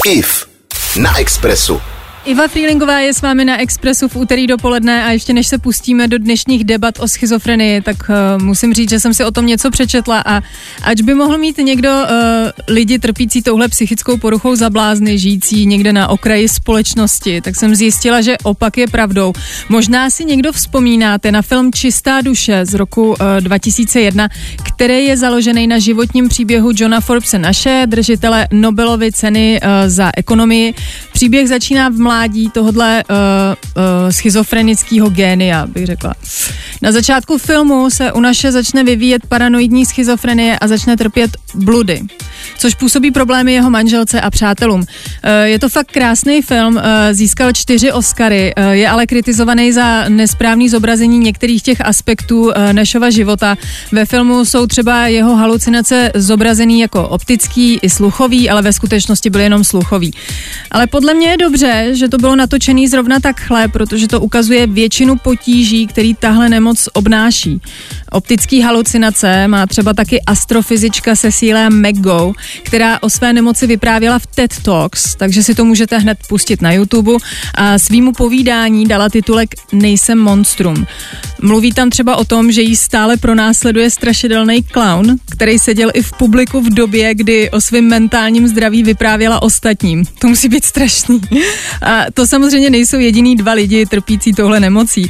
IF na Expressu. Iva Frýlingová je s vámi na Expressu v úterý dopoledne a ještě než se pustíme do dnešních debat o schizofrenii, tak musím říct, že jsem si o tom něco přečetla a ať by mohl mít někdo lidi trpící touhle psychickou poruchou za blázny, žijící někde na okraji společnosti, tak jsem zjistila, že opak je pravdou. Možná si někdo vzpomínáte na film Čistá duše z roku 2001, který je založený na životním příběhu Johna Forbese Nashe, držitele Nobelovy ceny za ekonomii. Příběh začíná v mládí tohodle schizofrenického génia, bych řekla. Na začátku filmu se u Nashe začne vyvíjet paranoidní schizofrenie a začne trpět bludy, což působí problémy jeho manželce a přátelům. Je to fakt krásný film, získal 4 Oscary, je ale kritizovaný za nesprávný zobrazení některých těch aspektů Nashova života. Ve filmu jsou třeba jeho halucinace zobrazený jako optický i sluchový, ale ve skutečnosti byly jenom sluchový. Ale podle mě je dobře, že to bylo natočený zrovna takhle, protože to ukazuje většinu potíží, který tahle nemoc obnáší. Optický halucinace má třeba taky astrofyzička Cecilia McGo, která o své nemoci vyprávěla v TED Talks, takže si to můžete hned pustit na YouTube a svýmu povídání dala titulek Nejsem monstrum. Mluví tam třeba o tom, že jí stále pronásleduje strašidelný klaun, který seděl i v publiku v době, kdy o svém mentálním zdraví vyprávěla ostatním. To musí být strašný. A to samozřejmě nejsou jediný 2 lidi trpící touhle nemocí.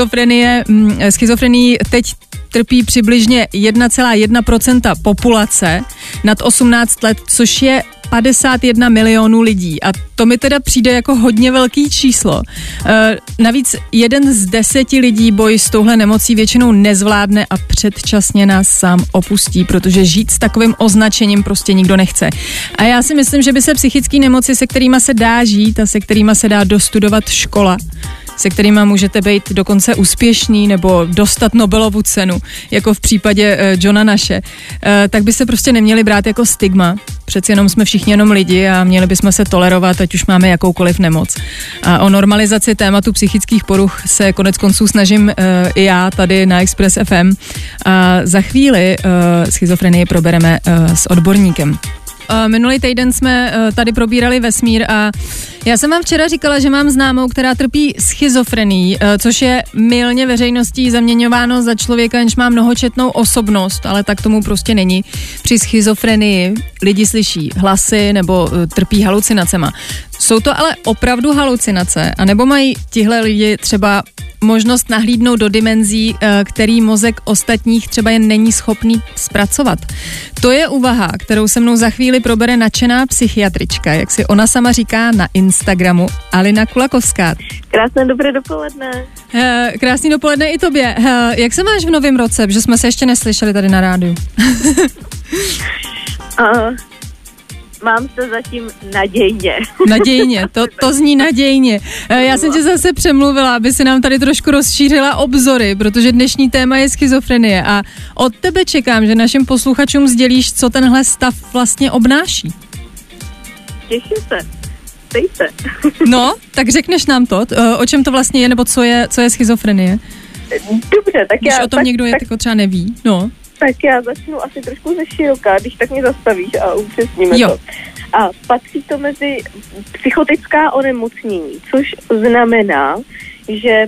Schizofrenii teď trpí přibližně 1,1% populace nad 18 let, což je 51 milionů lidí a to mi teda přijde jako hodně velký číslo. Navíc 1 z 10 lidí boj s touhle nemocí většinou nezvládne a předčasně nás sám opustí, protože žít s takovým označením prostě nikdo nechce. A já si myslím, že by se psychické nemoci, se kterýma se dá žít a se kterýma se dá dostudovat škola, se kterýma můžete být dokonce úspěšný nebo dostat Nobelovu cenu, jako v případě Johna Nashe, tak by se prostě neměli brát jako stigma. Přeci jenom jsme všichni jenom lidi a měli bychom se tolerovat, ať už máme jakoukoliv nemoc. A o normalizaci tématu psychických poruch se konec konců snažím i já tady na Express FM. A za chvíli schizofrenii probereme s odborníkem. Minulý týden jsme tady probírali vesmír a já jsem vám včera říkala, že mám známou, která trpí schizofrenií, což je mylně veřejností zaměňováno za člověka, jenž má mnohočetnou osobnost, ale tak tomu prostě není. Při schizofrenii lidi slyší hlasy nebo trpí halucinacema. Jsou to ale opravdu halucinace, anebo mají tihle lidi třeba možnost nahlídnout do dimenzí, který mozek ostatních třeba jen není schopný zpracovat. To je úvaha, kterou se mnou za chvíli probere nadšená psychiatrička, jak si ona sama říká na Instagramu, Alina Kulakovská. Krásné dobré dopoledne. Krásný dopoledne i tobě. Jak se máš v novém roce, že jsme se ještě neslyšeli tady na rádiu? Mám se zatím nadějně. Nadějně, to zní nadějně. Já jsem tě zase přemluvila, aby si nám tady trošku rozšířila obzory, protože dnešní téma je schizofrenie a od tebe čekám, že našim posluchačům sdělíš, co tenhle stav vlastně obnáší. Těším se. Pejte. No, tak řekneš nám to, o čem to vlastně je, nebo co je schizofrenie? Dobře, tak když o tom někdo jako třeba neví, no. Tak já začnu asi trošku ze široka, když tak mě zastavíš a upřesníme to. A patří to mezi psychotická onemocnění, což znamená, že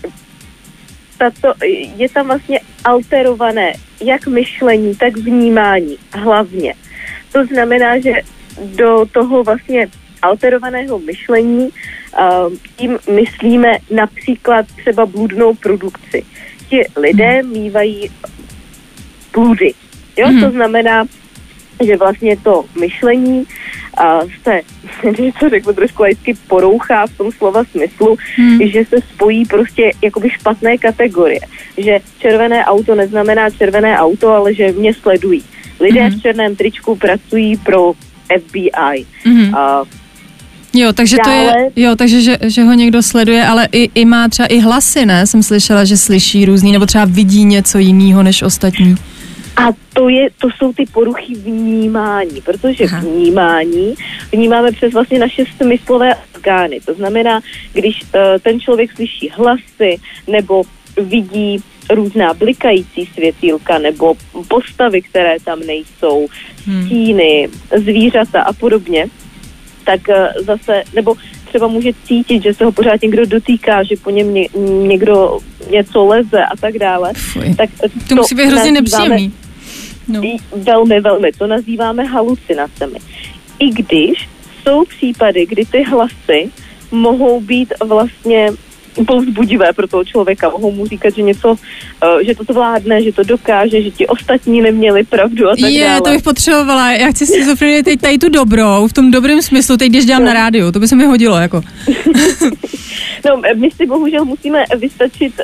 je tam vlastně alterované jak myšlení, tak vnímání hlavně. To znamená, že do toho vlastně alterovaného myšlení tím myslíme například třeba bludnou produkci. Ti lidé mívají bludy. Jo? To znamená, že vlastně to myšlení se, co řeknu trošku laicky, porouchá v tom slova smyslu, že se spojí prostě jakoby špatné kategorie. Že červené auto neznamená červené auto, ale že mě sledují. Lidé v černém tričku pracují pro FBI. Jo, takže dále, to je, takže že ho někdo sleduje, ale i má třeba i hlasy, ne? Jsem slyšela, že slyší různý, nebo třeba vidí něco jiného než ostatní. A to jsou ty poruchy vnímání, protože vnímáme přes vlastně naše smyslové orgány. To znamená, když ten člověk slyší hlasy nebo vidí různá blikající světýlka nebo postavy, které tam nejsou, stíny, zvířata a podobně, tak zase, nebo třeba může cítit, že se ho pořád někdo dotýká, že po něm někdo něco leze a tak dále. Tak to musí být hrozně nepříjemný. No. Velmi, velmi. To nazýváme halucinacemi. I když jsou případy, kdy ty hlasy mohou být vlastně povzbudivé pro toho člověka. Mohou mu říkat, že něco, že to zvládne, že to dokáže, že ti ostatní neměli pravdu a tak dále. To bych potřebovala. Já chci schizofrenii teď tady tu dobrou, v tom dobrém smyslu, teď když dělám na rádiu, to by se mi hodilo, jako. No, my si bohužel musíme vystačit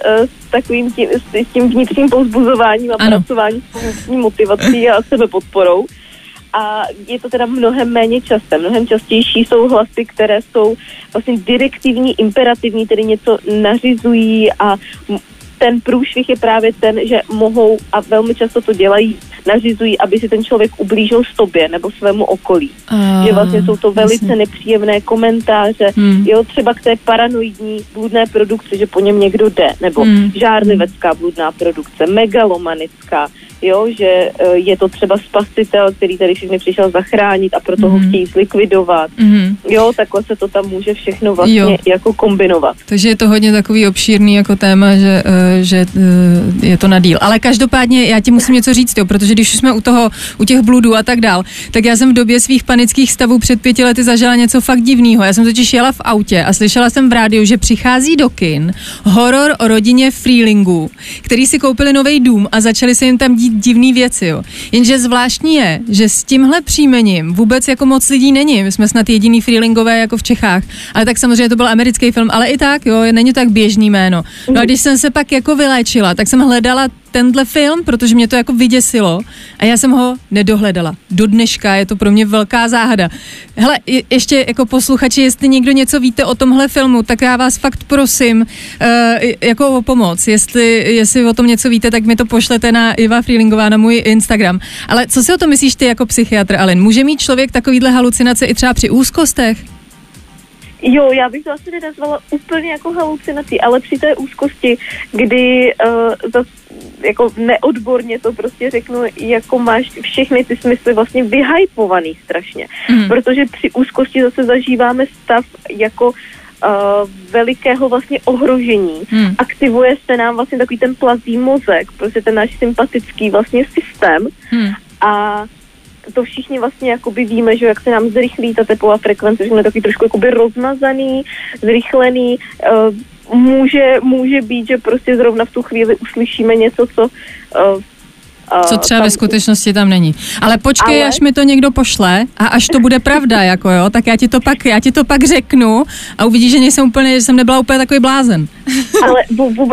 s tím vnitřním povzbuzováním a pracováním s vnitřní motivací a sebepodporou. A je to teda mnohem méně časté. Mnohem častější jsou hlasy, které jsou vlastně direktivní, imperativní, tedy něco nařizují a ten průšvih je právě ten, že mohou, a velmi často to dělají, nařizují, aby si ten člověk ublížil tobě nebo svému okolí. Že vlastně jsou to velice nepříjemné komentáře, jo, třeba k té paranoidní bludné produkci, že po něm někdo jde, nebo žárlivecká bludná produkce, megalomanická, jo, že je to třeba spasitel, který tady všechny přišel zachránit a proto ho chtějí zlikvidovat. Jo, takhle se to tam může všechno vlastně jako kombinovat. Takže je to hodně takový obšírný jako téma, že je to na díl. Ale každopádně já ti musím něco říct, jo, protože když jsme u těch bludů a tak dál, tak já jsem v době svých panických stavů před 5 lety zažila něco fakt divného. Já jsem totiž jela v autě a slyšela jsem v rádiu, že přichází do kin horor o rodině Freelingů, který si koupili nový dům a začali se jim tam dít divný věci, jo. Jenže zvláštní je, že s tímhle příjmením vůbec jako moc lidí není. My jsme snad jediný Freelingové jako v Čechách, ale tak samozřejmě to byl americký film, ale i tak, jo, není tak běžný jméno. No a když jsem se pak jako vyléčila, tak jsem hledala tenhle film, protože mě to jako vyděsilo a já jsem ho nedohledala. Do dneška je to pro mě velká záhada. Hele, ještě jako posluchači, jestli někdo něco víte o tomhle filmu, tak já vás fakt prosím jako o pomoc. Jestli o tom něco víte, tak mi to pošlete na Iva Freelingová na můj Instagram. Ale co si o tom myslíš ty jako psychiatr, Alin? Může mít člověk takovýhle halucinace i třeba při úzkostech? Jo, já bych to asi nenazvala úplně jako halucinací, ale při té úzkosti, kdy jako neodborně to prostě řeknu, jako máš všechny ty smysly vlastně vyhypovaný strašně. Protože při úzkosti zase zažíváme stav jako velikého vlastně ohrožení. Aktivuje se nám vlastně takový ten plazí mozek, prostě ten náš sympatický vlastně systém a to všichni vlastně jakoby víme, že jak se nám zrychlí ta tepová frekvence, že jsme takový trošku jakoby rozmazaný, zrychlený, může být, že prostě zrovna v tu chvíli uslyšíme něco, co třeba ve skutečnosti tam není. Ale počkej, až mi to někdo pošle a až to bude pravda, jako jo, tak já ti to pak řeknu a uvidíš, že jsem nebyla úplně takový blázen. Ale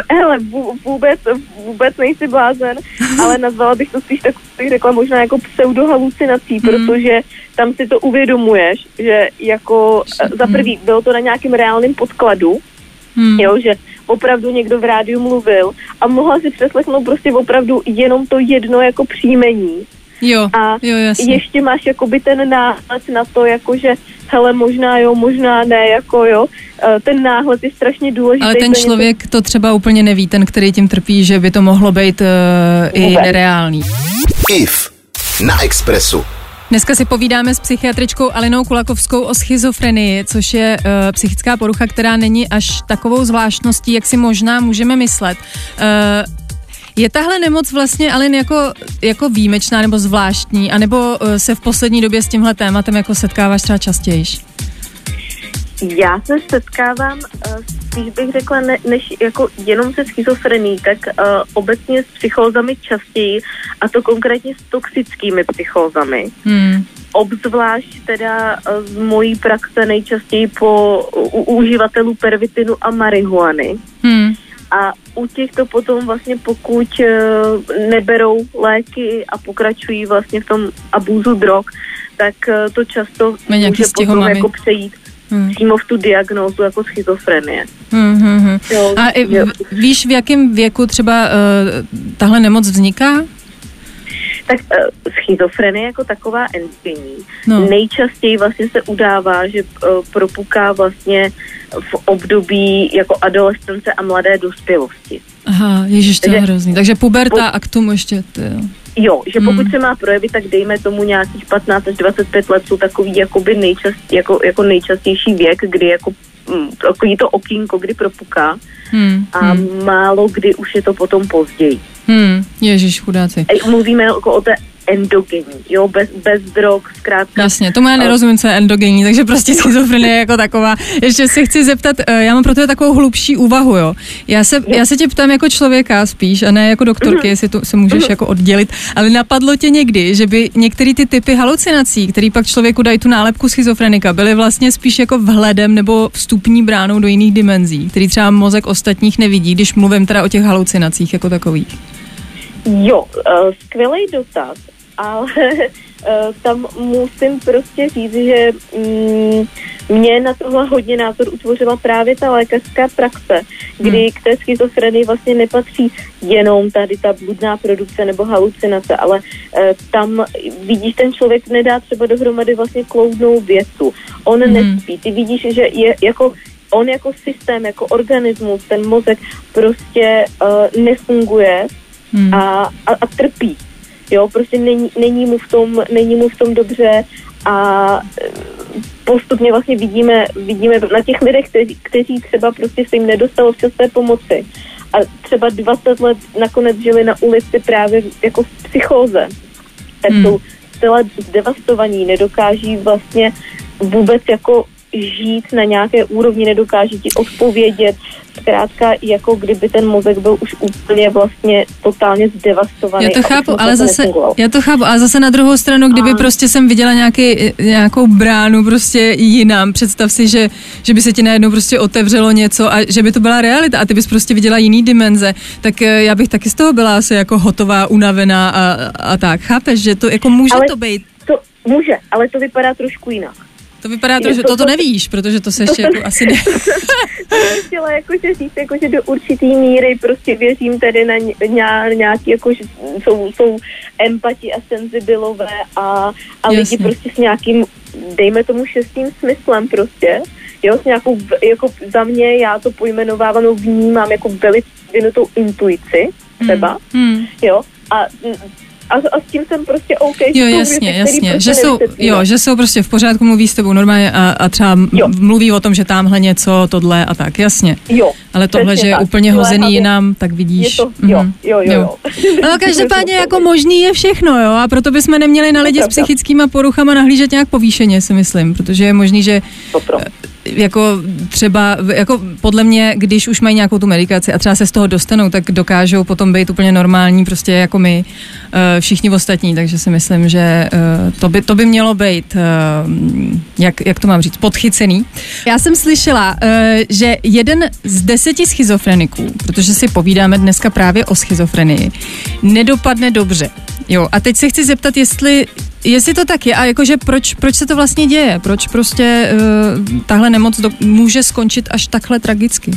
vůbec nejsi blázen, ale nazvala bych to spíš tak, bych řekla možná jako pseudohalucinací, protože tam si to uvědomuješ, že jako za prvý bylo to na nějakém reálném podkladu, jo, že opravdu někdo v rádiu mluvil a mohla si přeslechnout prostě opravdu jenom to jedno jako příjmení. Jo, jasně. Ještě máš jakoby ten náhled na to, jakože hele, možná jo, možná ne, jako jo. Ten náhled je strašně důležitý. Ale ten člověk to třeba úplně neví, ten, který tím trpí, že by to mohlo být i nereálný. IF na Expressu. Dneska si povídáme s psychiatričkou Alinou Kulakovskou o schizofrenii, což je psychická porucha, která není až takovou zvláštností, jak si možná můžeme myslet. Je tahle nemoc vlastně, Alin, jako výjimečná nebo zvláštní, anebo se v poslední době s tímhle tématem jako setkáváš třeba častějiš? Já se setkávám, spíš bych řekla, než jako jenom se schizofrenií, tak obecně s psychózami častěji, a to konkrétně s toxickými psychózami. Obzvlášť teda z mojí praxe nejčastěji u uživatelů pervitinu a marihuany. A u těchto potom vlastně pokud neberou léky a pokračují vlastně v tom abúzu drog, tak to často může potom jako přejít přímo v tu diagnózu jako schizofrenie. A víš, v jakém věku třeba tahle nemoc vzniká? Tak schizofrenie jako taková endogení. Nejčastěji vlastně se udává, že propuká vlastně v období jako adolescence a mladé dospělosti. Aha, ježiš, to je hrozný. Takže puberta a k tomu ještě Jo, že pokud se má projevit, tak dejme tomu nějakých 15 až 25 let jsou takový jakoby nejčastější věk, kdy jako takový to okýnko, kdy propuká a málo kdy už je to potom později. Ježiš, chudáci. Mluvíme jako o té endogenní, jo, bez drog, zkrátka. Jasně, tomu já nerozumím, co je endogenní, takže prostě schizofrenie jako taková. Ještě se chci zeptat, já mám pro tebe takovou hlubší úvahu, jo. Já se tě ptám jako člověka spíš, a ne jako doktorky, jestli to se můžeš jako oddělit, ale napadlo tě někdy, že by některé ty typy halucinací, které pak člověku dají tu nálepku schizofrenika, byly vlastně spíš jako vhledem nebo vstupní bránou do jiných dimenzí, který třeba mozek ostatních nevidí, když mluvím teda o těch halucinacích jako takových. Jo, skvělý dotaz, ale tam musím prostě říct, že mě na tohle hodně názor utvořila právě ta lékařská praxe, kdy k té schizofrenii vlastně nepatří jenom tady ta bludná produkce nebo halucinace, ale tam vidíš, ten člověk nedá třeba dohromady vlastně kloudnou větu. On nespí. Ty vidíš, že je jako on jako systém, jako organismus, ten mozek prostě nefunguje a trpí. Jo, prostě není mu v tom dobře a postupně vlastně vidíme na těch lidech, kteří třeba prostě se jim nedostalo včasné pomoci a třeba 20 let nakonec žili na ulici právě jako v psychóze, tak jsou zcela zdevastovaní, nedokáží vlastně vůbec jako žít na nějaké úrovni, nedokáží ti odpovědět, zkrátka jako kdyby ten mozek byl už úplně vlastně totálně zdevastovaný. Já to chápu, ale zase na druhou stranu, kdyby prostě jsem viděla nějakou bránu prostě jinam, představ si, že by se ti najednou prostě otevřelo něco a že by to byla realita a ty bys prostě viděla jiný dimenze, tak já bych taky z toho byla asi jako hotová, unavená a tak. Chápeš, že to jako může to být? To může, ale to vypadá trošku jinak. To vypadá trošku, to nevíš, protože to se ještě jako asi ne. Chtěla jakože říct, jakože do určitý míry prostě věřím tedy na nějaký, jakože jsou empati a senzibilové a lidi prostě s nějakým, dejme tomu šestým smyslem prostě, jo, s nějakou, jako za mě, já to pojmenovávám, vnímám jako velice vyvinutou intuici třeba, jo, a s tím jsem prostě OK. Jo, jasně, že jsou prostě v pořádku, mluví s tebou normálně a třeba mluví o tom, že tamhle něco, tohle a tak, jasně. Jo. Ale tohle, že je úplně hozený jinam, tak vidíš. Jo. No každopádně jako možný je všechno, jo, a proto bychom neměli na lidi s psychickýma poruchama nahlížet nějak povýšeně, si myslím, protože je možný, že jako třeba, jako podle mě, když už mají nějakou tu medikaci a třeba se z toho dostanou, tak dokážou potom být úplně normální, prostě jako my všichni ostatní, takže si myslím, že to by mělo být, jak to mám říct, podchycený. Já jsem slyšela, že 1 z 10 schizofreniků, protože si povídáme dneska právě o schizofrenii, nedopadne dobře. Jo, a teď se chci zeptat, jestli to tak je a jakože proč se to vlastně děje? Proč prostě tahle nemoc může skončit až takhle tragicky?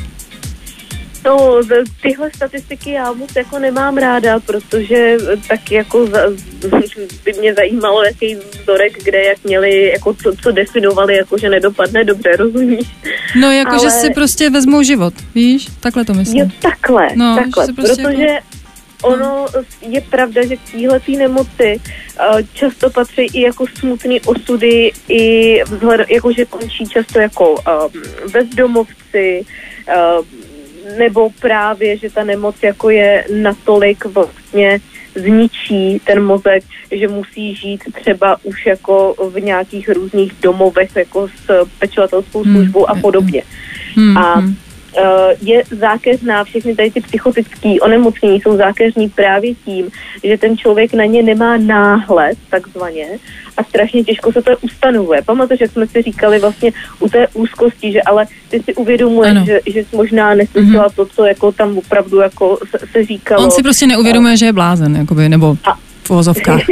No, tyhle statistiky já moc jako nemám ráda, protože tak jako by mě zajímalo, jaký vzorek, kde jak měli, jako co definovali, jako že nedopadne dobře, rozumíš? No, jakože si prostě vezmou život, víš? Takhle to myslím. Jo, takhle, prostě protože ono je pravda, že k téhletý nemoci často patří i jako smutný osudy, i vzhled, jako že končí často jako bezdomovci, nebo právě, že ta nemoc jako je natolik vlastně zničí ten mozek, že musí žít třeba už jako v nějakých různých domovech jako s pečovatelskou službou a podobně. A je zákeřná, všechny tady ty psychotické onemocnění jsou zákeřní právě tím, že ten člověk na ně nemá náhled, takzvaně, a strašně těžko se to ustanovuje. Pamatuješ, jak jsme si říkali vlastně u té úzkosti, že ale ty si uvědomuješ, že jsi možná neslyšela to, co jako tam opravdu jako se říkalo. On si prostě neuvědomuje, že je blázen, jakoby, nebo v uvozovkách.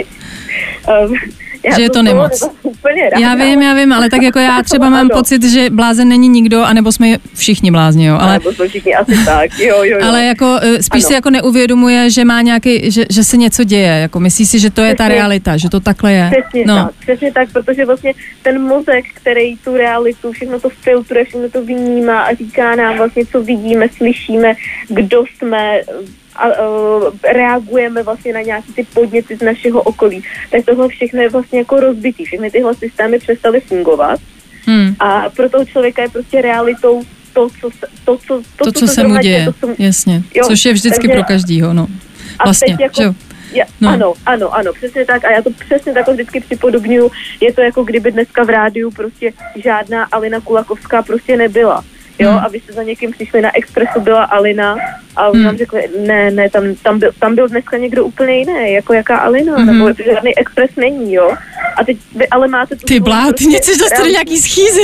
Že je to nemoc. Já vím, ale tak jako já třeba mám pocit, že blázen není nikdo, anebo jsme všichni blázni, jo. Ale nebo jsme všichni asi tak, jo. Ale jako spíš si jako neuvědomuje, že má nějaký, že se něco děje, jako myslí si, že to je ta realita, že to takhle je. Přesně tak, protože vlastně ten mozek, který tu realitu, všechno to filtruje, všechno to vnímá a říká nám vlastně, co vidíme, slyšíme, kdo jsme reagujeme vlastně na nějaký ty podněty z našeho okolí, tak tohle všechno je vlastně jako rozbitý. Všechny tyhle systémy přestaly fungovat a pro toho člověka je prostě realitou to, co se mu děje, jasně. Jo, což je vždycky pro každýho, no. Vlastně, jako, jo. No. Ano, přesně tak a já to přesně takhle vždycky připodobňuju. Je to jako kdyby dneska v rádiu prostě žádná Alina Kulakovská prostě nebyla. Jo, a vy jste za někým přišli, na Expressu byla Alina a on nám řekli, ne, tam byl dneska někdo úplně jiný, jako jaká Alina, nebo žádný Express není, jo. A teď vy ale máte tu... Ty blá, ty něco dostane nějaký schýzy.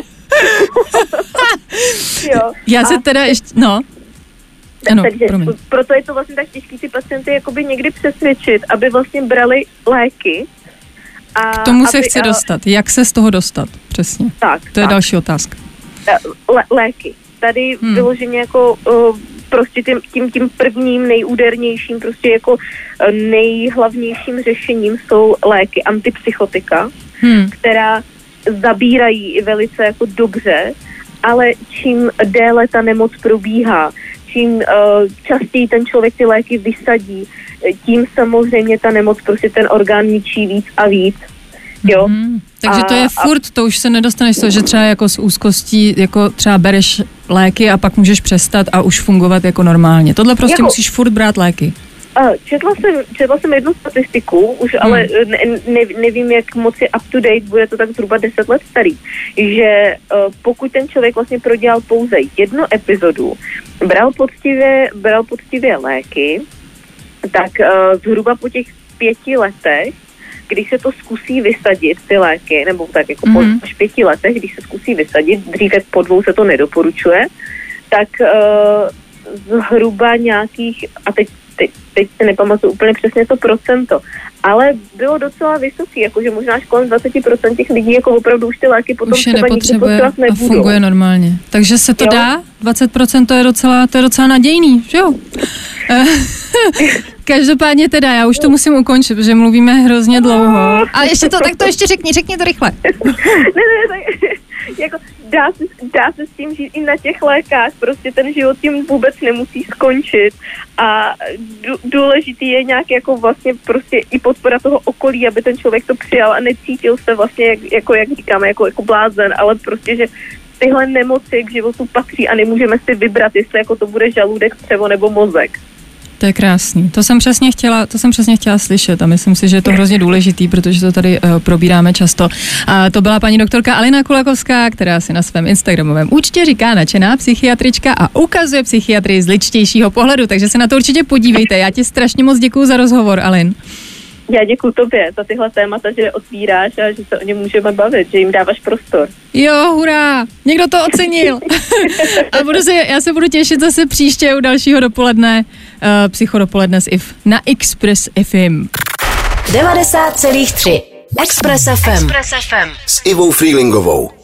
Jo. Já se teda ještě, no. Ano, takže proto je to vlastně tak těžký ty pacienty jakoby někdy přesvědčit, aby vlastně brali léky. K tomu se chci dostat. Jak se z toho dostat? Přesně. To je další otázka. Léky. Tady vyloženě jako prostě tím prvním nejúdernějším, prostě jako nejhlavnějším řešením jsou léky, antipsychotika, která zabírají i velice jako dobře, ale čím déle ta nemoc probíhá, čím častěji ten člověk ty léky vysadí, tím samozřejmě ta nemoc prostě ten orgán ničí víc a víc. Jo? Takže to je furt, to už se nedostaneš to, že třeba jako s úzkostí, jako třeba bereš léky a pak můžeš přestat a už fungovat jako normálně. Tohle prostě jako, musíš furt brát léky. Četla jsem jednu statistiku, už ale nevím, jak moc je up to date, bude to tak zhruba 10 let starý, že pokud ten člověk vlastně prodělal pouze jednu epizodu, bral poctivě léky, tak zhruba po těch 5 letech, když se to zkusí vysadit, ty léky, nebo tak jako po až 5 letech, když se zkusí vysadit, dřív jak po 2 se to nedoporučuje, tak zhruba nějakých, a teď se nepamatuju úplně přesně to procento, ale bylo docela vysoký, jakože možná až kolem 20% těch lidí jako opravdu už ty léky potom už třeba nikdy potřebovat nebudou. A funguje normálně. Takže se to dá? 20% to je docela nadějný, že jo? Každopádně teda, já už to musím ukončit, protože mluvíme hrozně dlouho. A ještě to, tak to ještě řekni to rychle. Ne, jako dá se s tím žít i na těch lékách, prostě ten život tím vůbec nemusí skončit a důležitý je nějak jako vlastně prostě i podpora toho okolí, aby ten člověk to přijal a necítil se vlastně jak říkáme, jako blázen, ale prostě, že tyhle nemoci k životu patří a nemůžeme si vybrat, jestli jako to bude žaludek, střevo nebo mozek. To je krásný. To jsem přesně chtěla slyšet a myslím si, že je to hrozně důležitý, protože to tady probíráme často. A to byla paní doktorka Alina Kulakovská, která si na svém instagramovém účtě říká nadšená psychiatrička a ukazuje psychiatrii z ličtějšího pohledu, takže se na to určitě podívejte. Já ti strašně moc děkuju za rozhovor, Alin. Já děkuju tobě za tyhle témata, že otvíráš a že se o ně můžeme bavit, že jim dáváš prostor. Jo, hurá, někdo to ocenil. A já se budu těšit zase příště u dalšího dopoledne, psychodopoledne s IF na Express FM. 90,3 Express FM. S Ivou Freelingovou.